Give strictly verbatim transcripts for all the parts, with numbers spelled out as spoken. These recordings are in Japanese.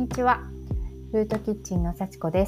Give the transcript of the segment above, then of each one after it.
にちは。ルートキッチンの幸子です。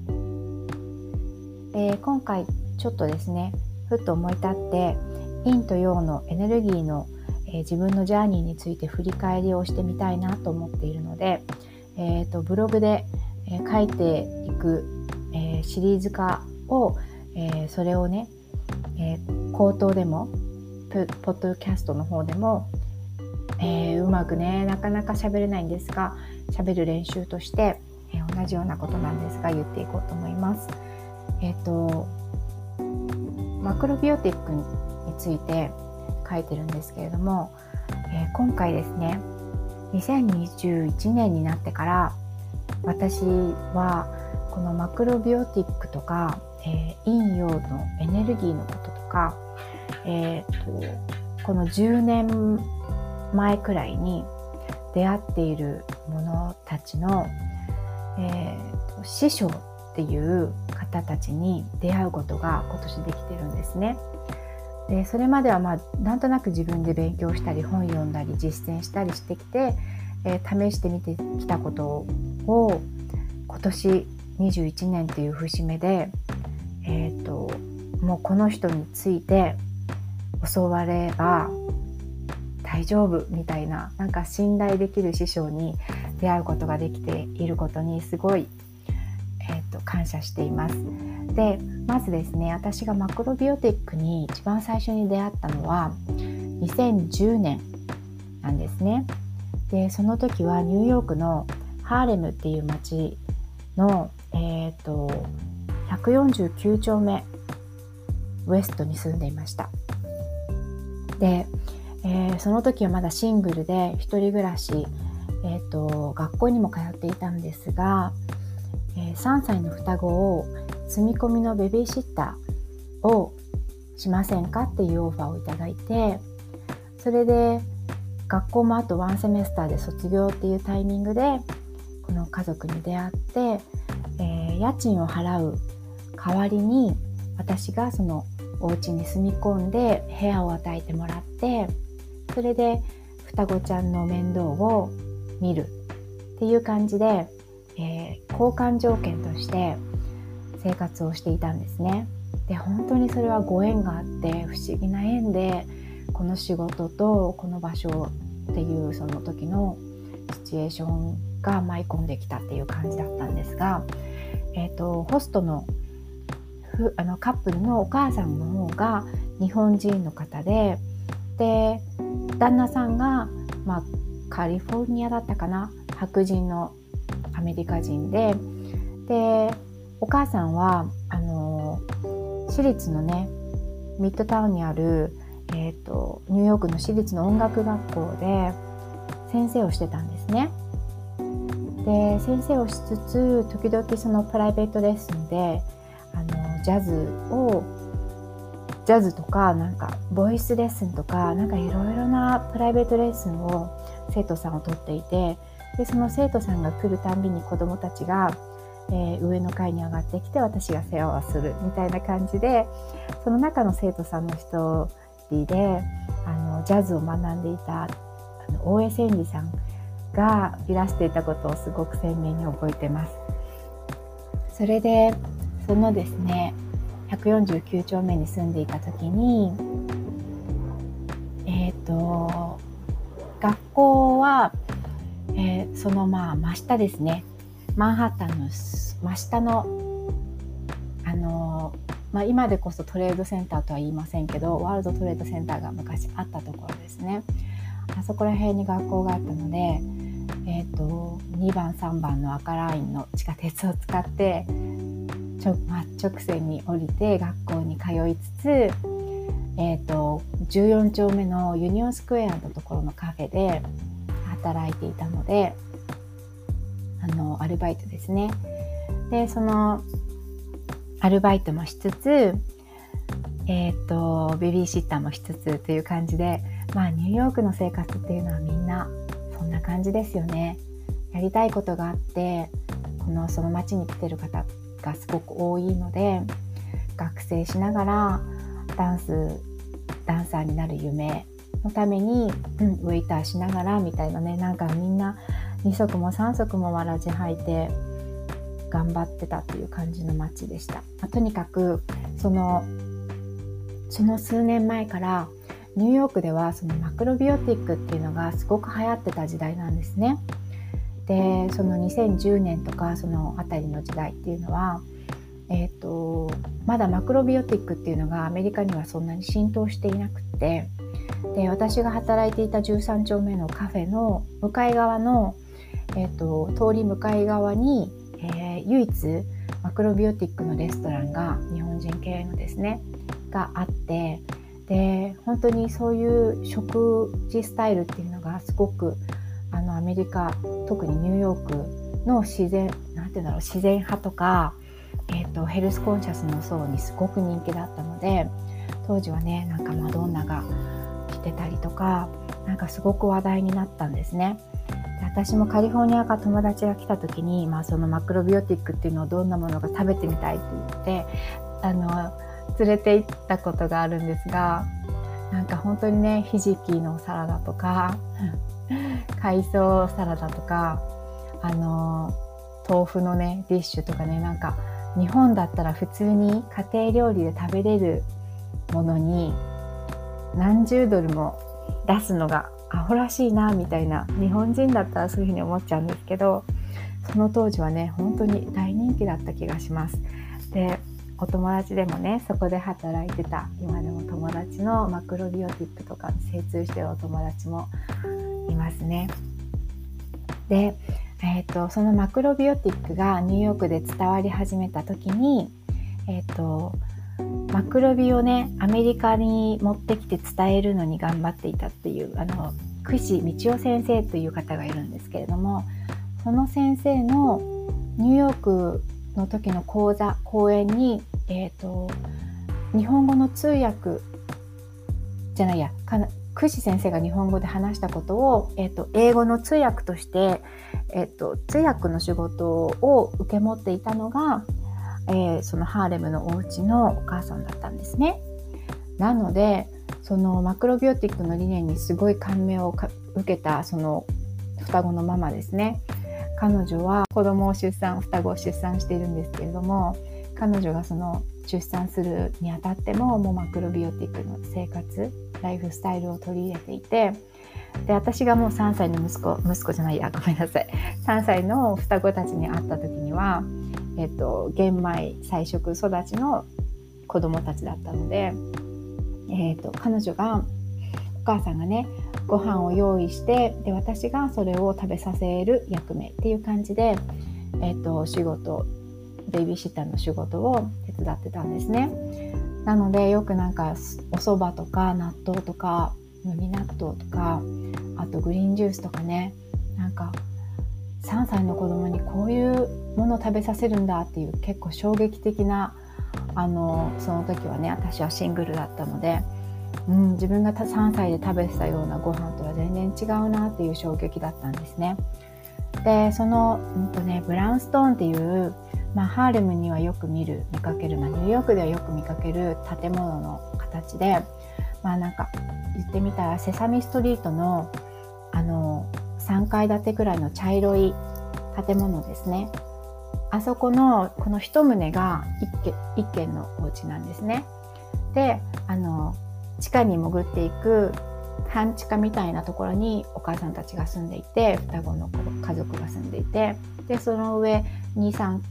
えー、今回ちょっとですね、ふっと思い立って陰と陽のエネルギーの、えー、自分のジャーニーについて振り返りをしてみたいなと思っているので、えー、とブログで、えー、書いていく、えー、シリーズ化を、えー、それをね、えー、口頭でもポッドキャストの方でも、えー、うまくねなかなか喋れないんですが、喋る練習として、えー、同じようなことなんですが言っていこうと思います。えっとマクロビオティックについて書いてるんですけれども、えー、今回ですねにせんにじゅういちねんになってから私はこのマクロビオティックとか、えー、陰陽のエネルギーのこととか、えー、とこのじゅうねんまえくらいに出会っている者たちの、えー、師匠っていう方たちに出会うことが今年できてるんですね。でそれまでは、まあ、なんとなく自分で勉強したり本読んだり実践したりしてきて、えー、試してみてきたことを今年にじゅういちねんという節目で、えーと、もうこの人について教われば大丈夫みたいな、なんか信頼できる師匠に出会うことができていることにすごい、えーと、感謝しています。で、まずですね、私がマクロビオティックに一番最初に出会ったのはにせんじゅうねんなんですね。で、その時はニューヨークのハーレムっていう街の、えーと、ひゃくよんじゅうきゅうちょうめウエストに住んでいました。で、えー、その時はまだシングルで一人暮らし、えーと、学校にも通っていたんですが、えー、さんさいの双子を住み込みのベビーシッターをしませんかっていうオファーをいただいて、それで学校もあとワンセメスターで卒業っていうタイミングでこの家族に出会って、えー、家賃を払う代わりに私がそのお家に住み込んで部屋を与えてもらって、それで双子ちゃんの面倒を見るっていう感じで、えー、交換条件として生活をしていたんですね。で、本当にそれはご縁があって不思議な縁で、この仕事とこの場所っていうその時のシチュエーションが舞い込んできたっていう感じだったんですが、えーと、ホストのあのカップルのお母さんの方が日本人の方で、で旦那さんが、まあ、カリフォルニアだったかな、白人のアメリカ人で、でお母さんはあの私立のねミッドタウンにある、えーと、ニューヨークの私立の音楽学校で先生をしてたんですね。で先生をしつつ時々そのプライベートレッスンであのジャズをジャズとかなんかボイスレッスンとかなんかいろいろなプライベートレッスンを生徒さんを取っていて、でその生徒さんが来るたんびに子どもたちが、えー、上の階に上がってきて私が世話をするみたいな感じで、その中の生徒さんの一人であのジャズを学んでいたあの大江千里さんがいらしていたことをすごく鮮明に覚えてます。それでそのですねひゃくよんじゅうきゅうちょうめに住んでいた時に、えっと学校は、えー、そのまあ真下ですね、マンハッタンの真下のあのーまあ、今でこそトレードセンターとは言いませんけど、ワールドトレードセンターが昔あったところですね。あそこら辺に学校があったので、えっとにばんさんばんの赤ラインの地下鉄を使ってちょ真直線に降りて学校に通いつつ、えーと、じゅうよんちょうめのユニオンスクエアのところのカフェで働いていたので、あのアルバイトですね。でそのアルバイトもしつつ、えーと、ベビーシッターもしつつという感じで、まあニューヨークの生活っていうのはみんなそんな感じですよね。やりたいことがあってこのその街に来てる方がすごく多いので、学生しながらダンスダンサーになる夢のために、うん、ウェイターしながらみたいなね、なんかみんなにそくもさんそくもわらじ履いて頑張ってたっていう感じの街でした。まあ、とにかくそのその数年前からニューヨークではそのマクロビオティックっていうのがすごく流行ってた時代なんですね。でそのにせんじゅうねんとかそのあたりの時代っていうのは、えーと、まだマクロビオティックっていうのがアメリカにはそんなに浸透していなくて、で私が働いていたじゅうさんちょうめのカフェの向かい側の、えーと、通り向かい側に、えー、唯一マクロビオティックのレストランが日本人経営のですねがあって、で本当にそういう食事スタイルっていうのがすごくあのアメリカ、特にニューヨークの自然なんていうんだろう自然派とか、えーと、ヘルスコンシャスの層にすごく人気だったので、当時はねなんかマドンナが来てたりとか、なんかすごく話題になったんですね。で私もカリフォルニアから友達が来た時に、まあ、そのマクロビオティックっていうのをどんなものが食べてみたいって言ってあの連れて行ったことがあるんですが、なんか本当にねひじきのサラダとか海藻サラダとかあの豆腐のねディッシュとかね、なんか日本だったら普通に家庭料理で食べれるものに何十ドルも出すのがアホらしいなみたいな、日本人だったらそういうふうに思っちゃうんですけど、その当時はね本当に大人気だった気がします。でお友達でもねそこで働いてた今でも友達のマクロビオティックとかに精通してるお友達もいますね。で、えーと、そのマクロビオティックがニューヨークで伝わり始めた時に、えーと、マクロビをねアメリカに持ってきて伝えるのに頑張っていたっていうあの串道夫先生という方がいるんですけれども、その先生のニューヨークの時の講座講演に、えーと、日本語の通訳じゃないや串先生が日本語で話したことを、えーと、英語の通訳として、えーと、通訳の仕事を受け持っていたのが、えー、そのハーレムのお家のお母さんだったんですね。なのでそのマクロビオティックの理念にすごい感銘を受けたその双子のママですね。彼女は子供を出産双子を出産しているんですけれども、彼女がその出産するにあたってももうマクロビオティックの生活ライフスタイルを取り入れていて、で私がもうさんさいの息子息子じゃないやごめんなさいさんさいの双子たちに会った時には、えっと、玄米菜食育ちの子供たちだったので、えっと、彼女がお母さんがねご飯を用意して、で私がそれを食べさせる役目っていう感じで、えっと、仕事ベイビーシッターの仕事を手伝ってたんですね。なのでよくなんかお蕎麦とか納豆とか麦納豆とかあとグリーンジュースとかね、なんかさんさいの子供にこういうものを食べさせるんだっていう結構衝撃的なあのその時はね私はシングルだったので、うん、自分がさんさいで食べてたようなご飯とは全然違うなっていう衝撃だったんですね。でその、うんとね、ブラウンストーンっていう、まあ、ハーレムにはよく見る見かける、まあ、ニューヨークではよく見かける建物の形で、まあなんか言ってみたらセサミストリートのあのさんかい建てくらいの茶色い建物ですね。あそこのこの一棟が一軒、一軒のお家なんですね。であの地下に潜っていく半地下みたいなところにお母さんたちが住んでいて、双子の家族が住んでいて、でその上にさん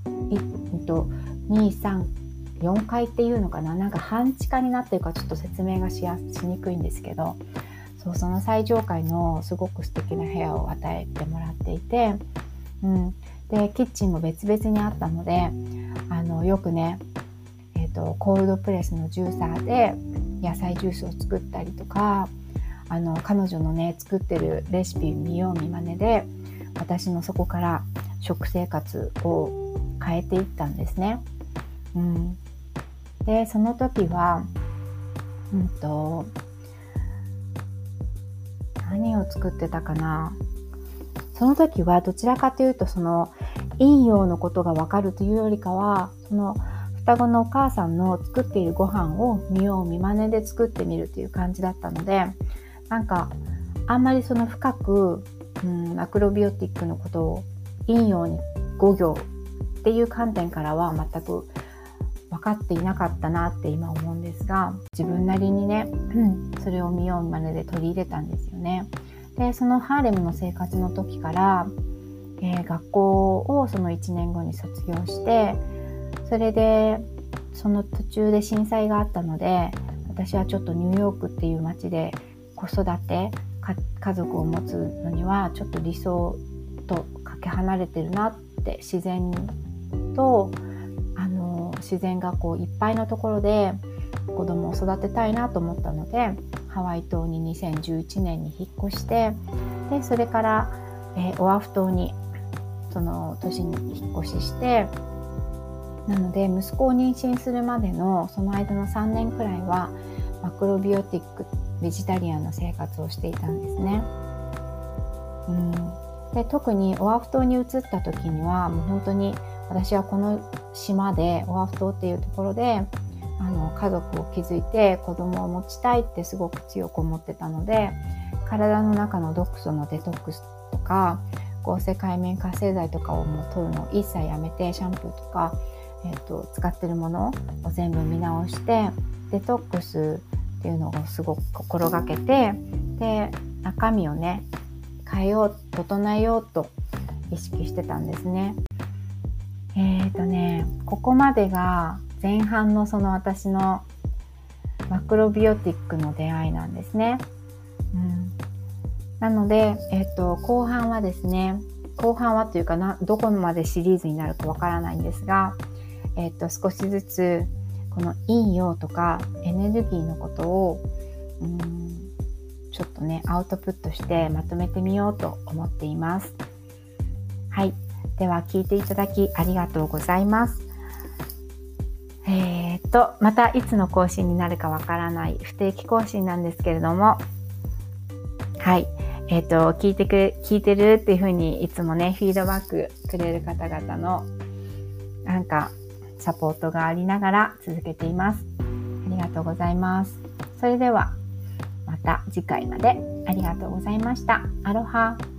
にさんよんかいっていうのかな、なんか半地下になってるかちょっと説明がしやしにくいんですけど、そうその最上階のすごく素敵な部屋を与えてもらっていて、うん、でキッチンも別々にあったので、あのよくね、えーと、コールドプレスのジューサーで野菜ジュースを作ったりとか、あの彼女のね作ってるレシピ見よう見まねで私もそこから食生活を変えていったんですね。うん、でその時は、うんと何を作ってたかな。その時はどちらかというとその陰陽のことが分かるというよりかは、その双子のお母さんの作っているご飯を見よう見まねで作ってみるという感じだったので、なんかあんまりその深くうん、マクロビオティックのことを陰陽にご行っていう観点からは全く分かっていなかったなって今思うんですが、自分なりにね、うん、それを見よう見まねで取り入れたんですよね。でそのハーレムの生活の時から、えー、学校をそのいちねんごに卒業して、それでその途中で震災があったので、私はちょっとニューヨークっていう街で子育て家族を持つのにはちょっと理想とかけ離れてるなって、自然とあの自然がこういっぱいのところで子供を育てたいなと思ったので、ハワイ島ににせんじゅういちねんに引っ越して、でそれから、えー、オアフ島にその年に引っ越しして、なので息子を妊娠するまでのその間のさんねんくらいはマクロビオティックベジタリアンの生活をしていたんですね。うん、で特にオアフ島に移った時にはもう本当に私はこの島でオアフ島っていうところであの家族を築いて子供を持ちたいってすごく強く思ってたので、体の中の毒素のデトックスとか合成界面活性剤とかをもう取るのを一切やめて、シャンプーとか、えーと、使ってるものを全部見直してデトックスっていうのをすごく心がけて、で中身をね変えよう整えようと意識してたんですね。えーとねここまでが前半のその私のマクロビオティックの出会いなんですね。うん、なので、えーと後半はですね後半はというかなどこまでシリーズになるかわからないんですが、えーと少しずつこの陰陽とかエネルギーのことをうーんちょっとねアウトプットしてまとめてみようと思っています。はい、では聞いていただきありがとうございます。えー、っとまたいつの更新になるかわからない不定期更新なんですけれども、はい、えー、っと聞いてくれ聞いてるっていう風にいつもねフィードバックくれる方々のなんかサポートがありながら続けています。ありがとうございます。それではまた次回までありがとうございました。アロハ。